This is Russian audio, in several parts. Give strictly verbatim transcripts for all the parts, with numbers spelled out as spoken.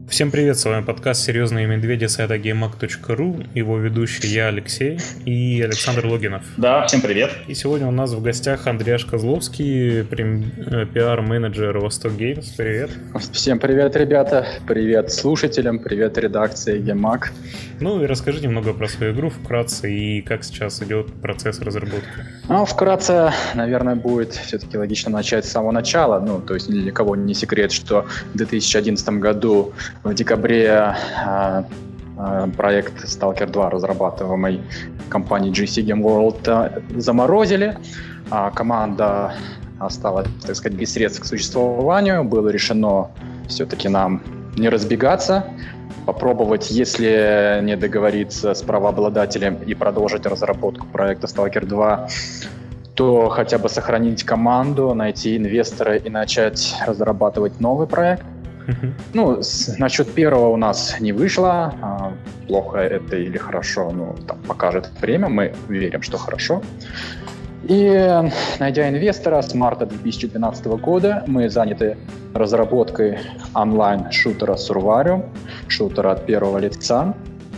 Всем привет, с вами подкаст «Серьезные медведи» сайта гейммаг точка ру, его ведущий я, Алексей, и Александр Логинов. Да, всем привет. И сегодня у нас в гостях Андреаш Козловский, пиар-менеджер Восток Геймс. Привет. Всем привет, ребята, привет слушателям, привет редакции гейммаг. Ну и расскажи немного про свою игру вкратце и как сейчас идет процесс разработки. Ну, вкратце, наверное, будет все-таки логично начать с самого начала. Ну, то есть ни для кого не секрет, что в две тысячи одиннадцатом году в декабре э, э, проект Stalker два, разрабатываемый компанией джи си Game World, э, заморозили. А команда осталась, так сказать, без средств к существованию. Было решено все-таки нам не разбегаться, попробовать, если не договориться с правообладателем и продолжить разработку проекта Stalker два, то хотя бы сохранить команду, найти инвестора и начать разрабатывать новый проект. Uh-huh. Ну, с, насчет первого у нас не вышло. А, плохо это или хорошо, ну, там покажет время. Мы верим, что хорошо. И, найдя инвестора, с марта две тысячи двенадцатого года мы заняты разработкой онлайн-шутера Survarium, шутера от первого лица,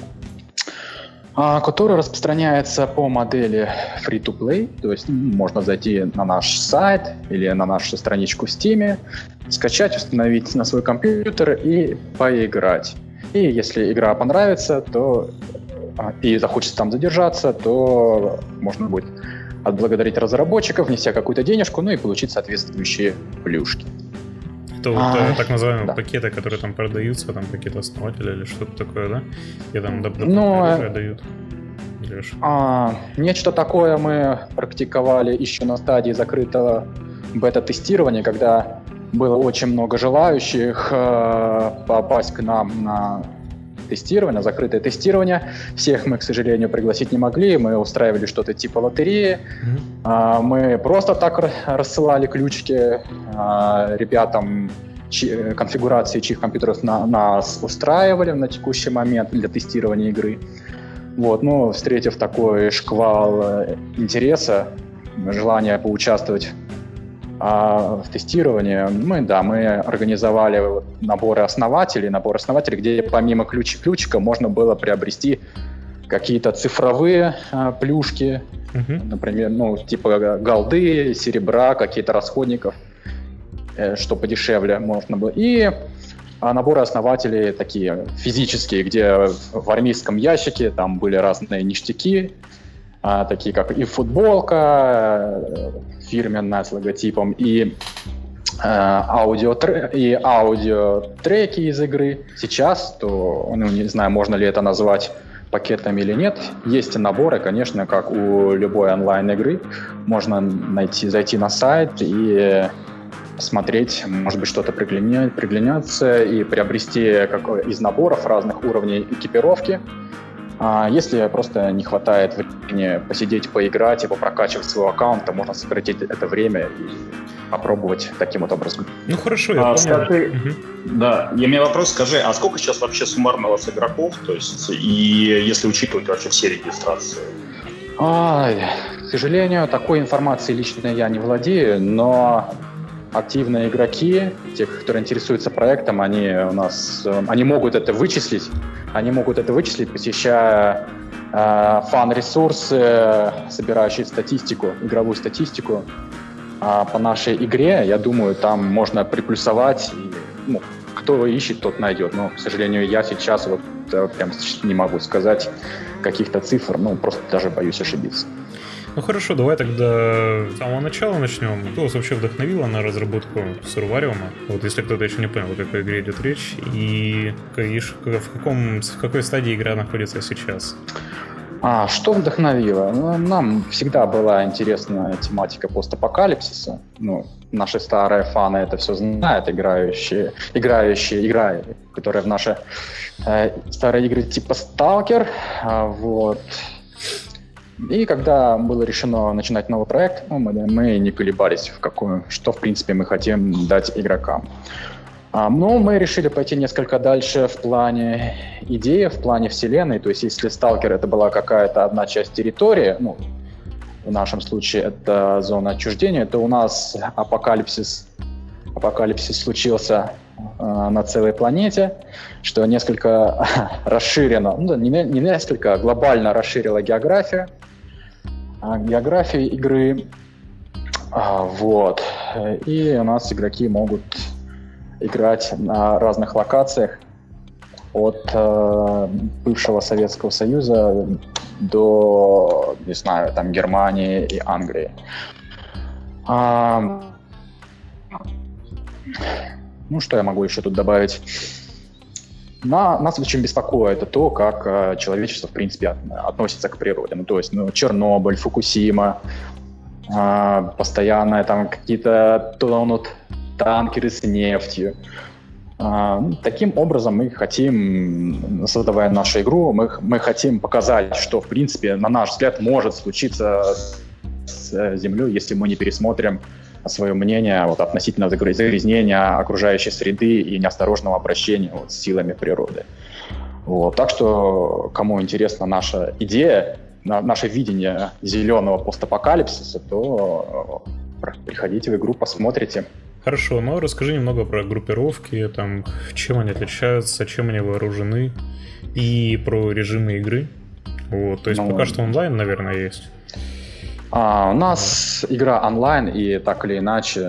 который распространяется по модели free-to-play, то есть можно зайти на наш сайт или на нашу страничку в Steam, скачать, установить на свой компьютер и поиграть. И если игра понравится, то и захочется там задержаться, то можно будет отблагодарить разработчиков, внеся какую-то денежку, ну и получить соответствующие плюшки. Это вот а, так называемые да. пакеты, которые там продаются, там какие-то основатели или что-то такое, да? Где там дополнительное оружие дают. А, нечто такое мы практиковали еще на стадии закрытого бета-тестирования, когда было очень много желающих э, попасть к нам на тестирование, на закрытое тестирование. Всех мы, к сожалению, пригласить не могли. Мы устраивали что-то типа лотереи. Mm-hmm. А, мы просто так рассылали ключики а, ребятам, чьи, конфигурации чьих компьютеров на, нас устраивали на текущий момент для тестирования игры. Вот, ну, встретив такой шквал интереса, желание поучаствовать а, в тестировании, мы, да, мы организовали наборы основателей, набор основателей, где помимо ключ-ключика можно было приобрести какие-то цифровые а, плюшки, uh-huh. например, ну, типа голды, серебра, какие-то расходников, э, что подешевле можно было. И а наборы основателей такие физические, где в армейском ящике там были разные ништяки, а, такие как и футболка фирменная с логотипом, и, э, аудиотре- и аудиотреки из игры. Сейчас, то, ну, не знаю, можно ли это назвать пакетами или нет. Есть наборы, конечно, как у любой онлайн-игры. Можно найти, зайти на сайт и смотреть, может быть, что-то пригляня- приглянется и приобрести какой- из наборов разных уровней экипировки. А если просто не хватает времени посидеть, поиграть и попрокачивать свой аккаунт, то можно сократить это время и попробовать таким вот образом. Ну хорошо, я а, понял. Скажи, угу. Да, я имею вопрос, скажи, а сколько сейчас вообще суммарно у вас игроков, то есть, и если учитывать вообще все регистрации? А, к сожалению, такой информацией лично я не владею, но активные игроки, те, которые интересуются проектом, они у нас, они могут это вычислить, они могут это вычислить, посещая э, фан-ресурсы, собирающие статистику, игровую статистику э, по нашей игре. Я думаю, там можно приплюсовать, и, ну, кто ищет, тот найдет. Но, к сожалению, я сейчас вот э, прям не могу сказать каких-то цифр, ну, просто даже боюсь ошибиться. Ну хорошо, давай тогда с самого начала начнем. Кто вас вообще вдохновило на разработку Survarium? Вот если кто-то еще не понял, о какой игре идет речь, и в, каком, в какой стадии игра находится сейчас? А, что вдохновило? Ну, нам всегда была интересна тематика постапокалипсиса. Ну, наши старые фаны это все знают, играющие, играющие, играют, которые в наши э, старые игры типа Stalker. А, вот. И когда было решено начинать новый проект, ну, мы, мы не колебались, в какую, что, в принципе, мы хотим дать игрокам. А, но мы решили пойти несколько дальше в плане идеи, в плане вселенной. То есть если Stalker — это была какая-то одна часть территории, ну, в нашем случае это зона отчуждения, то у нас апокалипсис, апокалипсис случился на целой планете, что несколько расширено, ну, не, не несколько, а глобально расширила географию, географию игры. Вот. И у нас игроки могут играть на разных локациях от э, бывшего Советского Союза до, не знаю, там, Германии и Англии. А, ну, что я могу еще тут добавить? На, нас очень беспокоит то, как э, человечество, в принципе, от, относится к природе. Ну, то есть, ну, Чернобыль, Фукусима, э, постоянно там какие-то тонут танкеры с нефтью. Э, таким образом мы хотим, создавая нашу игру, мы, мы хотим показать, что, в принципе, на наш взгляд, может случиться с Землей, если мы не пересмотрим свое мнение вот, относительно загрязнения окружающей среды и неосторожного обращения вот, с силами природы. Вот. Так что, кому интересна наша идея, на, наше видение зеленого постапокалипсиса, то приходите в игру, посмотрите. Хорошо, но расскажи немного про группировки, там, чем они отличаются, чем они вооружены, и про режимы игры. Вот. То есть ну, пока что онлайн, наверное, есть. А, у нас игра онлайн, и так или иначе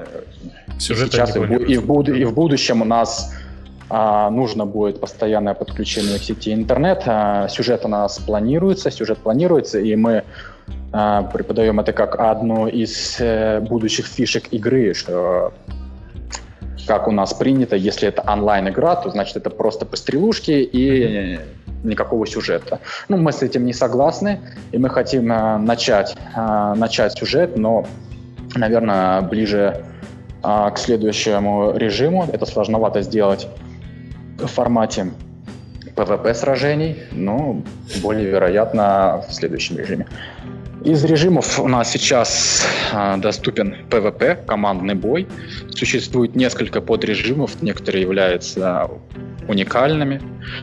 Сюжет сейчас и в, и, в буд- и в будущем у нас а, нужно будет постоянное подключение к сети интернет. А, сюжет у нас планируется, сюжет планируется, и мы а, преподаем это как одну из э, будущих фишек игры, что как у нас принято, если это онлайн-игра, то значит это просто пострелушки и никакого сюжета. Ну, мы с этим не согласны, и мы хотим э, начать, э, начать сюжет, но, наверное, ближе э, к следующему режиму. Это сложновато сделать в формате пи ви пи-сражений, но более вероятно в следующем режиме. Из режимов у нас сейчас э, доступен пи ви пи, командный бой. Существует несколько подрежимов, некоторые являются уникальными.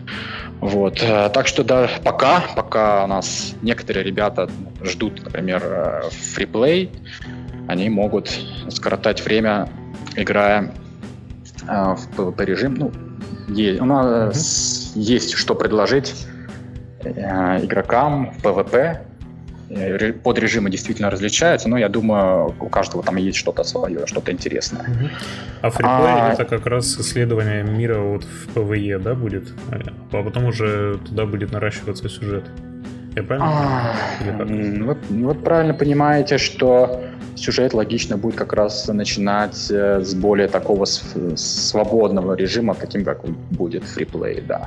Вот. Так что да, пока, пока у нас некоторые ребята ждут, например, фриплей, они могут скоротать время, играя э, в пи ви пи-режим. Ну, есть, у нас mm-hmm. есть что предложить э, игрокам в пи ви пи. Подрежимы действительно различаются, но я думаю, у каждого там есть что-то свое, что-то интересное. Uh-huh. А фриплей а... это как раз исследование мира вот в пи ви и, да, будет? А потом уже туда будет наращиваться сюжет. Я правильно понимаю? Вы, вы правильно понимаете, что сюжет логично будет как раз начинать с более такого свободного режима, таким как будет фриплей, да.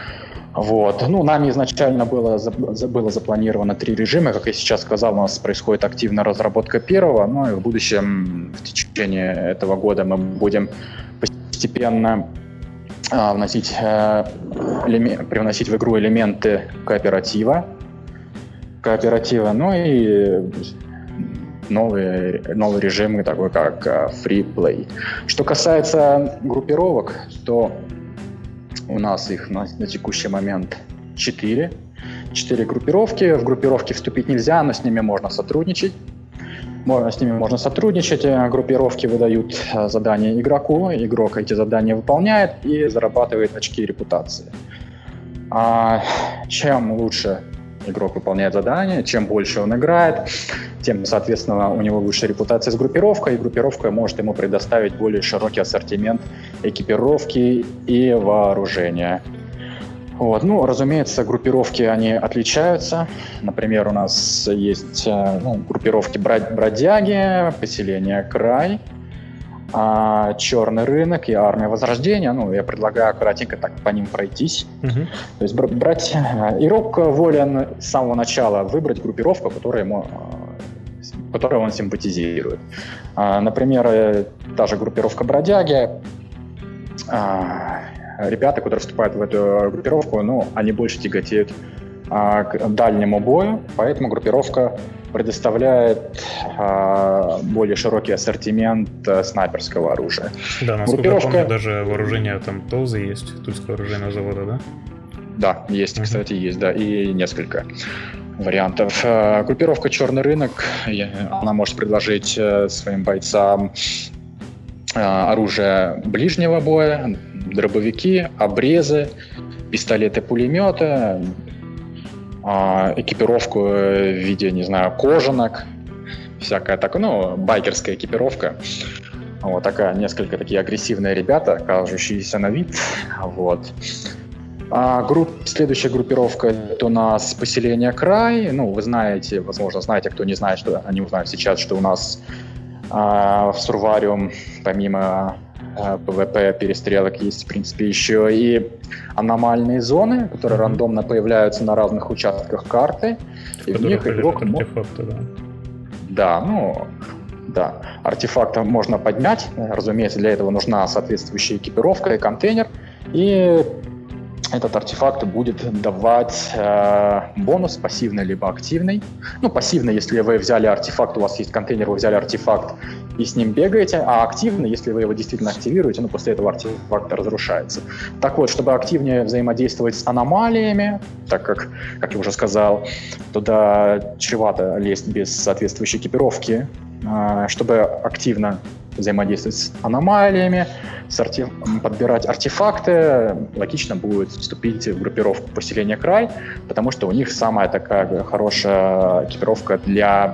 Вот. Ну, нами изначально было, было запланировано три режима. Как я сейчас сказал, у нас происходит активная разработка первого, но и в будущем, в течение этого года, мы будем постепенно а, вносить, а, элемент, привносить в игру элементы кооператива. Кооператива, ну и новые, новые режимы, такой как а, free play. Что касается группировок, то у нас их на, на текущий момент четыре. Четыре группировки. В группировки вступить нельзя, но с ними можно сотрудничать. Можно, с ними можно сотрудничать. Группировки выдают задания игроку. Игрок эти задания выполняет и зарабатывает очки репутации. А чем лучше игрок выполняет задания, чем больше он играет, тем, соответственно, у него лучшая репутация с группировкой, и группировка может ему предоставить более широкий ассортимент экипировки и вооружения. Вот. Ну, разумеется, группировки, они отличаются. Например, у нас есть ну, группировки бродяги, поселение Край, а, Черный рынок и Армия Возрождения. Ну, я предлагаю кратенько так по ним пройтись. Uh-huh. То есть брать... Игрок волен с самого начала выбрать группировку, которая ему, которой он симпатизирует. А, например, та же группировка бродяги. А, ребята, которые вступают в эту группировку, ну, они больше тяготеют а, к дальнему бою, поэтому группировка предоставляет а, более широкий ассортимент а, снайперского оружия. Да, насколько группировка... я помню, даже вооружение там ТОЗа есть, Тульского оружейного завода, да? Да, есть, uh-huh. кстати, есть, да, и несколько вариантов. А, группировка «Черный рынок», она может предложить а, своим бойцам оружие ближнего боя, дробовики, обрезы, пистолеты-пулеметы, экипировку в виде, не знаю, кожанок, всякая такая, ну, байкерская экипировка. Вот такая, несколько такие агрессивные ребята, кажущиеся на вид. Вот. А групп, следующая группировка — это у нас поселение Край. Ну, вы знаете, возможно, знаете, кто не знает, что они узнают сейчас, что у нас а, в Сурвариум, помимо а, ПВП, перестрелок, есть, в принципе, еще и аномальные зоны, которые mm-hmm. рандомно появляются на разных участках карты. В и в них игрок... артефакты, да. Да, ну... Да, артефакты можно поднять, разумеется, для этого нужна соответствующая экипировка и контейнер, и этот артефакт будет давать э, бонус пассивный либо активный. Ну, пассивный, если вы взяли артефакт, у вас есть контейнер, вы взяли артефакт и с ним бегаете, а активный, если вы его действительно активируете, ну, после этого артефакт разрушается. Так вот, чтобы активнее взаимодействовать с аномалиями, так как, как я уже сказал, туда чревато лезть без соответствующей экипировки, чтобы активно взаимодействовать с аномалиями, с арти... подбирать артефакты, логично будет вступить в группировку поселения Край, потому что у них самая такая хорошая экипировка для,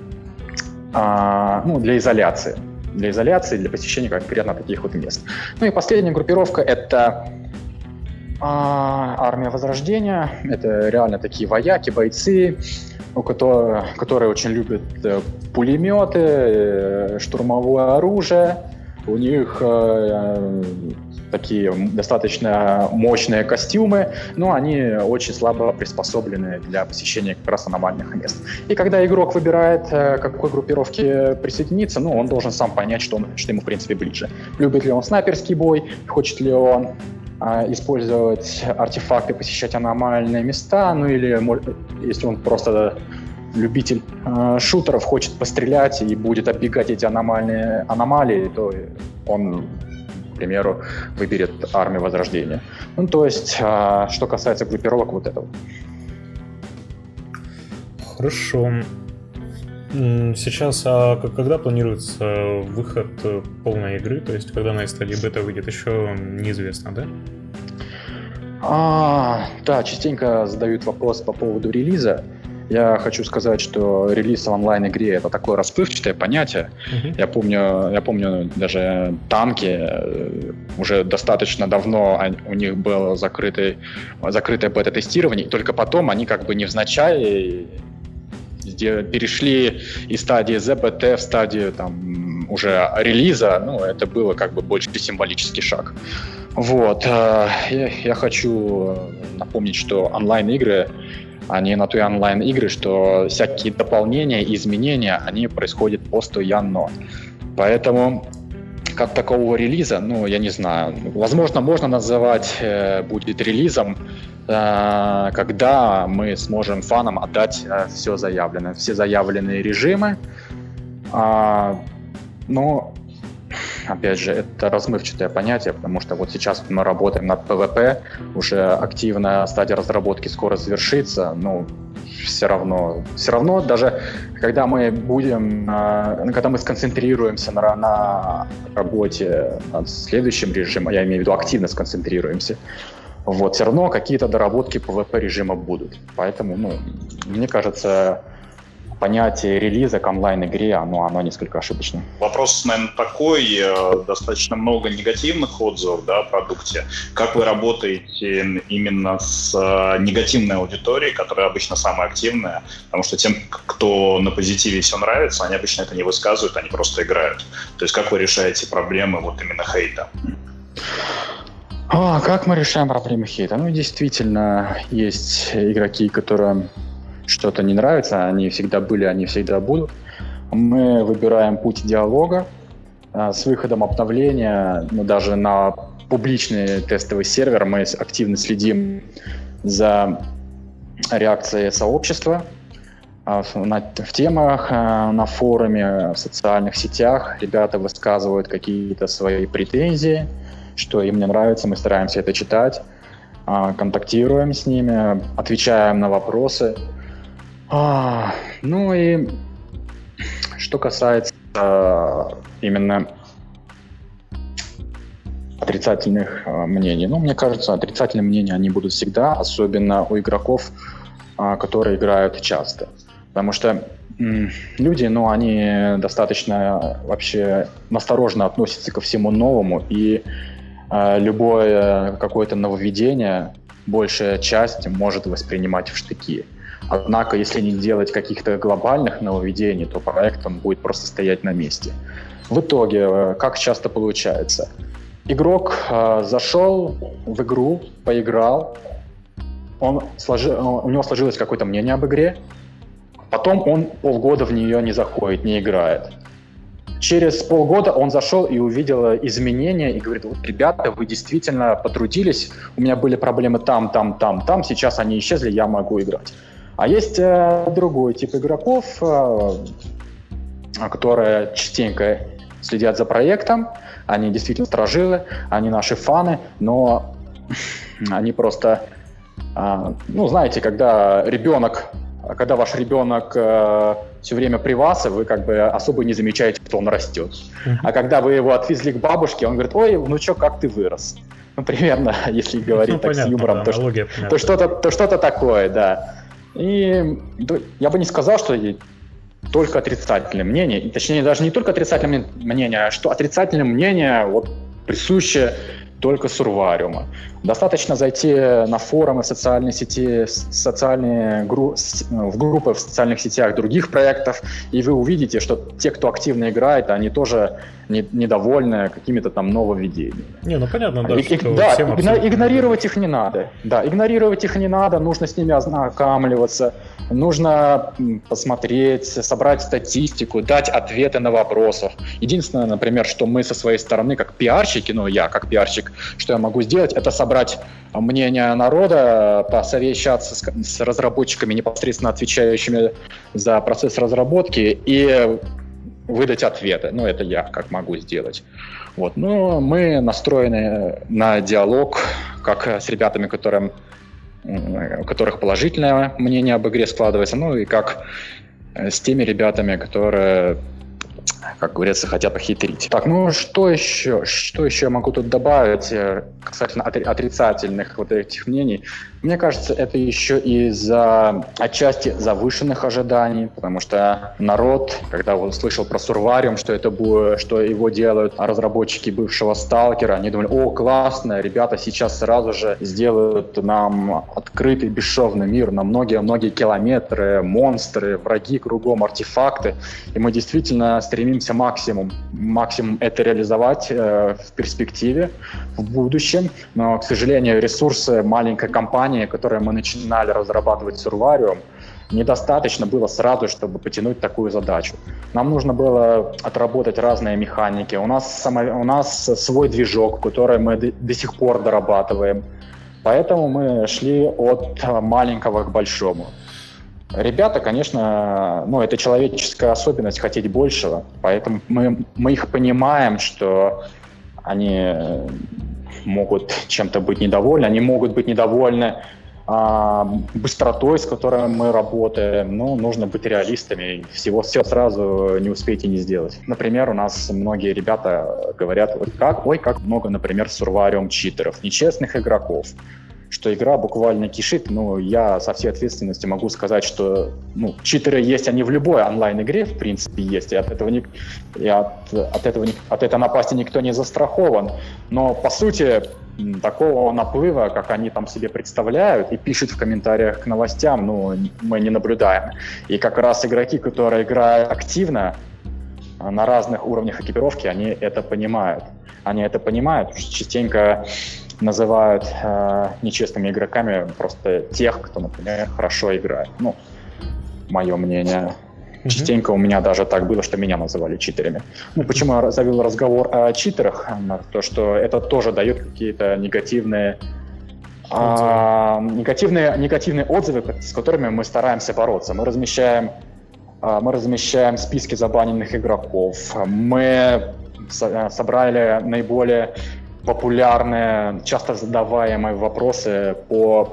а, ну, для изоляции. Для изоляции, для посещения конкретно таких вот мест. Ну и последняя группировка — это а, армия Возрождения. Это реально такие вояки, бойцы, у которых, которые очень любят пулеметы, штурмовое оружие. У них э, такие достаточно мощные костюмы, но они очень слабо приспособлены для посещения как раз аномальных мест. И когда игрок выбирает, к какой группировке присоединиться, ну, он должен сам понять, что, он, что ему, в принципе, ближе. Любит ли он снайперский бой, хочет ли он э, использовать артефакты, посещать аномальные места, ну или если он просто любитель э, шутеров, хочет пострелять и будет оббегать эти аномальные аномалии, то он, к примеру, выберет армию Возрождения. Ну, то есть, э, что касается группировок, вот этого. Хорошо. Сейчас, а когда планируется выход полной игры? То есть, когда на стадии бета выйдет, еще неизвестно, да? А, да, частенько задают вопрос по поводу релиза. Я хочу сказать, что релиз в онлайн-игре — это такое расплывчатое понятие. Uh-huh. Я помню, я помню даже танки, уже достаточно давно у них было закрытое, закрытое бета-тестирование, и только потом они как бы невзначай перешли из стадии зет би ти в стадию там уже релиза. Ну, это было как бы больше символический шаг. Вот. Я, я хочу напомнить, что онлайн-игры, они на то и онлайн-игры, что всякие дополнения, изменения, они происходят постоянно. Поэтому как такового релиза, ну, я не знаю, возможно, можно называть э, будет релизом, э, когда мы сможем фанам отдать э, все заявленное, все заявленные режимы. А, но, опять же, это размывчатое понятие, потому что вот сейчас мы работаем над ПВП, уже активная стадия разработки скоро завершится, но все равно, все равно даже когда мы будем, когда мы сконцентрируемся на, на работе над следующим режимом, я имею в виду активно сконцентрируемся, вот, все равно какие-то доработки ПВП режима будут. Поэтому, ну, мне кажется, понятие релиза к онлайн-игре, оно, оно несколько ошибочно. Вопрос, наверное, такой. Достаточно много негативных отзывов, да, о продукте. Как вы работаете именно с негативной аудиторией, которая обычно самая активная? Потому что тем, кто на позитиве все нравится, они обычно это не высказывают, они просто играют. То есть как вы решаете проблемы вот именно хейта? А, как мы решаем проблемы хейта? Ну, действительно, есть игроки, которым что-то не нравится, они всегда были, они всегда будут. Мы выбираем путь диалога. С выходом обновления, ну, даже на публичный тестовый сервер, мы активно следим за реакцией сообщества в темах, на форуме, в социальных сетях. Ребята высказывают какие-то свои претензии, что им не нравится, мы стараемся это читать, контактируем с ними, отвечаем на вопросы. А, ну и что касается а, именно отрицательных э, мнений. Ну, мне кажется, отрицательные мнения, они будут всегда, особенно у игроков, э, которые играют часто. Потому что м, люди, ну, они достаточно вообще настороженно относятся ко всему новому, и э, любое какое-то нововведение большая часть может воспринимать в штыки. Однако, если не делать каких-то глобальных нововведений, то проект он будет просто стоять на месте. В итоге, как часто получается? Игрок э, зашел в игру, поиграл, он сложи, у него сложилось какое-то мнение об игре, потом он полгода в нее не заходит, не играет. Через полгода он зашел и увидел изменения и говорит: вот, ребята, вы действительно потрудились, у меня были проблемы там, там, там, там, сейчас они исчезли, я могу играть. А есть э, другой тип игроков, э, которые частенько следят за проектом, они действительно сторожилы, они наши фаны, но они просто, э, ну, знаете, когда ребенок, когда ваш ребенок э, все время при вас, вы как бы особо не замечаете, что он растет. Mm-hmm. А когда вы его отвезли к бабушке, он говорит: ой, внучок, как ты вырос. Ну, примерно, если говорить ну, так понятно, с юмором, да, то, что, то, что-то, то что-то такое, да. И я бы не сказал, что только отрицательное мнение, и, точнее, даже не только отрицательное мнение, а что отрицательное мнение вот, присуще только Сурвариума. Достаточно зайти на форумы, социальные сети, социальные гру... в группы в социальных сетях других проектов, и вы увидите, что те, кто активно играет, они тоже не... недовольны какими-то там нововведениями. Не, ну понятно, да, и, что да, всем абсолютно... игнорировать их не надо. Да, игнорировать их не надо, нужно с ними ознакомливаться, нужно посмотреть, собрать статистику, дать ответы на вопросы. Единственное, например, что мы со своей стороны, как пиарщики, ну я как пиарщик, что я могу сделать, это собрать мнение народа, посовещаться с, с разработчиками, непосредственно отвечающими за процесс разработки, и выдать ответы. Ну, это я как могу сделать. Вот. Но мы настроены на диалог, как с ребятами, которым, у которых положительное мнение об игре складывается, ну и как с теми ребятами, которые, как говорится, хотят похитрить. Так, ну что еще? Что еще я могу тут добавить касательно отрицательных вот этих мнений? Мне кажется, это еще из-за отчасти завышенных ожиданий, потому что народ, когда он слышал про Сурвариум, что это будет, что его делают разработчики бывшего Сталкера, они думали: о, классно, ребята сейчас сразу же сделают нам открытый бесшовный мир на многие-многие километры, монстры, враги кругом, артефакты, и мы действительно стремимся максимум, максимум это реализовать э, в перспективе, в будущем, но, к сожалению, ресурсы маленькой компании, которые мы начинали разрабатывать Сурвариум, недостаточно было сразу, чтобы потянуть такую задачу. Нам нужно было отработать разные механики. У нас, само, у нас свой движок, который мы до, до сих пор дорабатываем. Поэтому мы шли от маленького к большому. Ребята, конечно, ну, это человеческая особенность хотеть большего, поэтому мы, мы их понимаем, что они могут чем-то быть недовольны, они могут быть недовольны а, быстротой, с которой мы работаем, но нужно быть реалистами, всего все сразу не успеете не сделать. Например, у нас многие ребята говорят: ой, как, ой, как много, например, в Сурвариум читеров, нечестных игроков, что игра буквально кишит. Ну, я со всей ответственностью могу сказать, что ну, читеры есть, они в любой онлайн-игре, в принципе, есть, и от этого, не, и от, от, этого, от этой напасти никто не застрахован. Но, по сути, такого наплыва, как они там себе представляют и пишут в комментариях к новостям, ну, мы не наблюдаем. И как раз игроки, которые играют активно на разных уровнях экипировки, они это понимают. Они это понимают, что частенько называют э, нечестными игроками просто тех, кто, например, хорошо играет. Ну, мое мнение. Mm-hmm. Частенько у меня даже так было, что меня называли читерами. Ну, почему я завел разговор о читерах? То, что это тоже дает какие-то негативные, э, негативные, негативные отзывы, с которыми мы стараемся бороться. Мы размещаем, э, мы размещаем списки забаненных игроков. Мы со- собрали наиболее популярные, часто задаваемые вопросы по,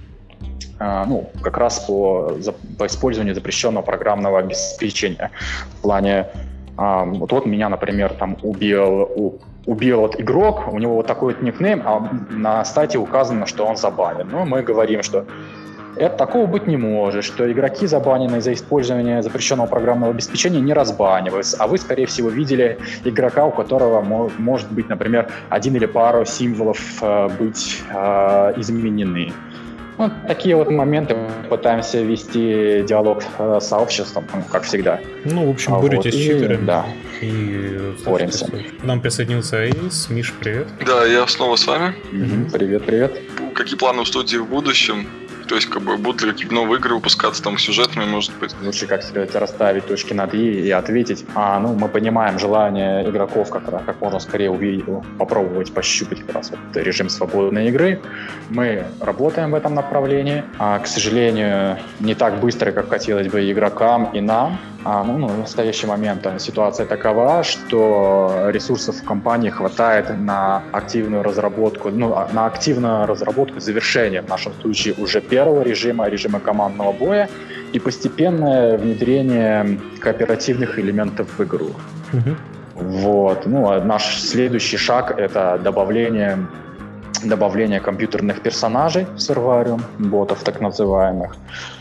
э, ну, как раз по, за, по использованию запрещенного программного обеспечения. В плане, э, вот, вот меня, например, там убил, у, убил вот игрок, у него вот такой вот никнейм, а на стате указано, что он забанен. Но мы говорим, что это такого быть не может, что игроки, забаненные за использование запрещенного программного обеспечения, не разбаниваются, а вы, скорее всего, видели игрока, у которого может быть, например, один или пару символов э, быть э, изменены. Вот такие вот моменты пытаемся вести диалог с сообществом, ну, как всегда. Ну, в общем, а боретесь вот, с читерами. Да. И боремся. К нам присоединился Аис. Миш, привет. Да, я снова с вами. Mm-hmm. Привет, привет. Какие планы у студии в будущем? То есть, как бы, будут ли какие-то новые игры выпускаться, там, сюжетными, может быть? Лучше, как сказать, расставить точки над «и» и ответить. А, ну, мы понимаем желание игроков как, как можно скорее увидеть, попробовать пощупать как раз вот режим свободной игры. Мы работаем в этом направлении. А, к сожалению, не так быстро, как хотелось бы игрокам и нам. А, ну, ну, в настоящий момент ситуация такова, что ресурсов в компании хватает на активную разработку, ну, на активную разработку завершения, в нашем случае, уже первого режима, режима командного боя, и постепенное внедрение кооперативных элементов в игру. Угу. Вот. Ну, а наш следующий шаг — это добавление, добавление компьютерных персонажей в Survarium, ботов так называемых,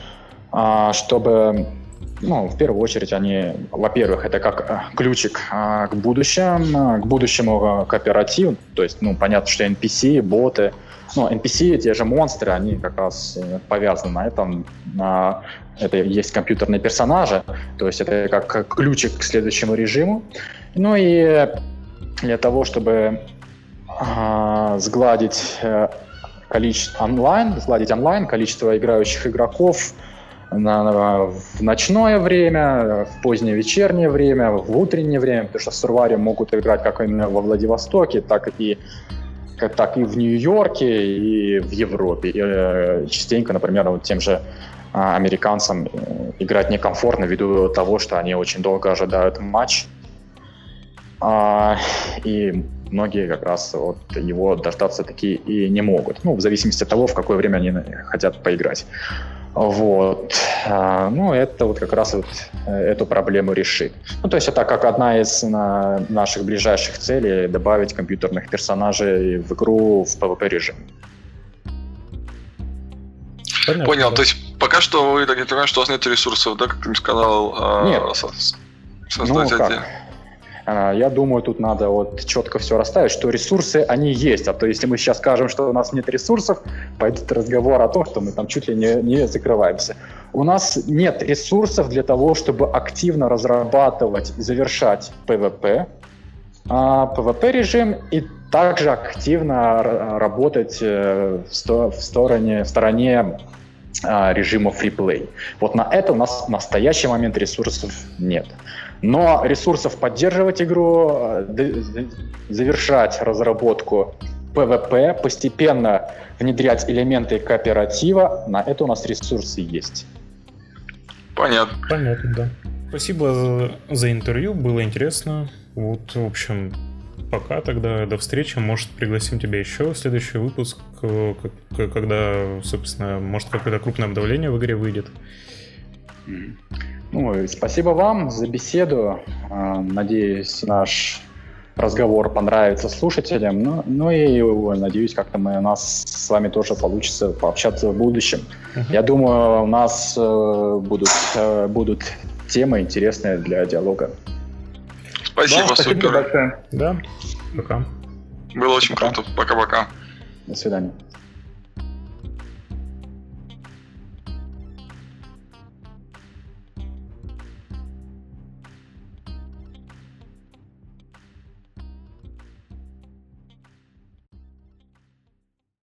чтобы... Ну, в первую очередь, они, во-первых, это как ключик а, к будущему, к будущему кооперативу. То есть, ну, понятно, что эн пи си, боты, ну, эн пи си, те же монстры, они как раз повязаны на этом. На, это есть компьютерные персонажи, то есть это как ключик к следующему режиму. Ну и для того, чтобы а, сгладить количество онлайн, сгладить онлайн, количество играющих игроков, На, на, в ночное время, в позднее вечернее время, в утреннее время, потому что в Survarium могут играть как именно во Владивостоке, так и, как, так и в Нью-Йорке, и в Европе. И, э, частенько, например, вот тем же э, американцам э, играть некомфортно ввиду того, что они очень долго ожидают матч. А, и многие как раз вот его дождаться таки и не могут. Ну, в зависимости от того, в какое время они хотят поиграть. Вот. А, ну, это вот как раз вот эту проблему решит. Ну, то есть это как одна из на, наших ближайших целей — добавить компьютерных персонажей в игру в пи ви пи-режим. Понятно. Понял. То есть пока что вы, так я понимаю, что у вас нет ресурсов, да, как ты мне сказал? Нет. Со- создать ну, как? Я думаю, тут надо вот четко все расставить, что ресурсы, они есть. А то если мы сейчас скажем, что у нас нет ресурсов, пойдет разговор о том, что мы там чуть ли не, не закрываемся. У нас нет ресурсов для того, чтобы активно разрабатывать и завершать пи ви пи, а, пи ви пи-режим, и также активно работать в, сто, в, стороне, в стороне а, режима фриплей. Вот на это у нас в настоящий момент ресурсов нет. Но ресурсов поддерживать игру, завершать разработку пи ви пи, постепенно внедрять элементы кооператива, на это у нас ресурсы есть. Понятно. Понятно, да. Спасибо за, за интервью, было интересно. Вот, в общем, пока тогда, до встречи. Может, пригласим тебя еще в следующий выпуск, когда, собственно, может, какое-то крупное обновление в игре выйдет. Ну, спасибо вам за беседу. Надеюсь, наш разговор понравится слушателям. Ну, ну и надеюсь, как-то мы, у нас с вами тоже получится пообщаться в будущем. Uh-huh. Я думаю, у нас будут, будут темы интересные для диалога. Спасибо, да, спасибо супер. большое. Да, пока. Было очень пока. круто. Пока-пока. До свидания.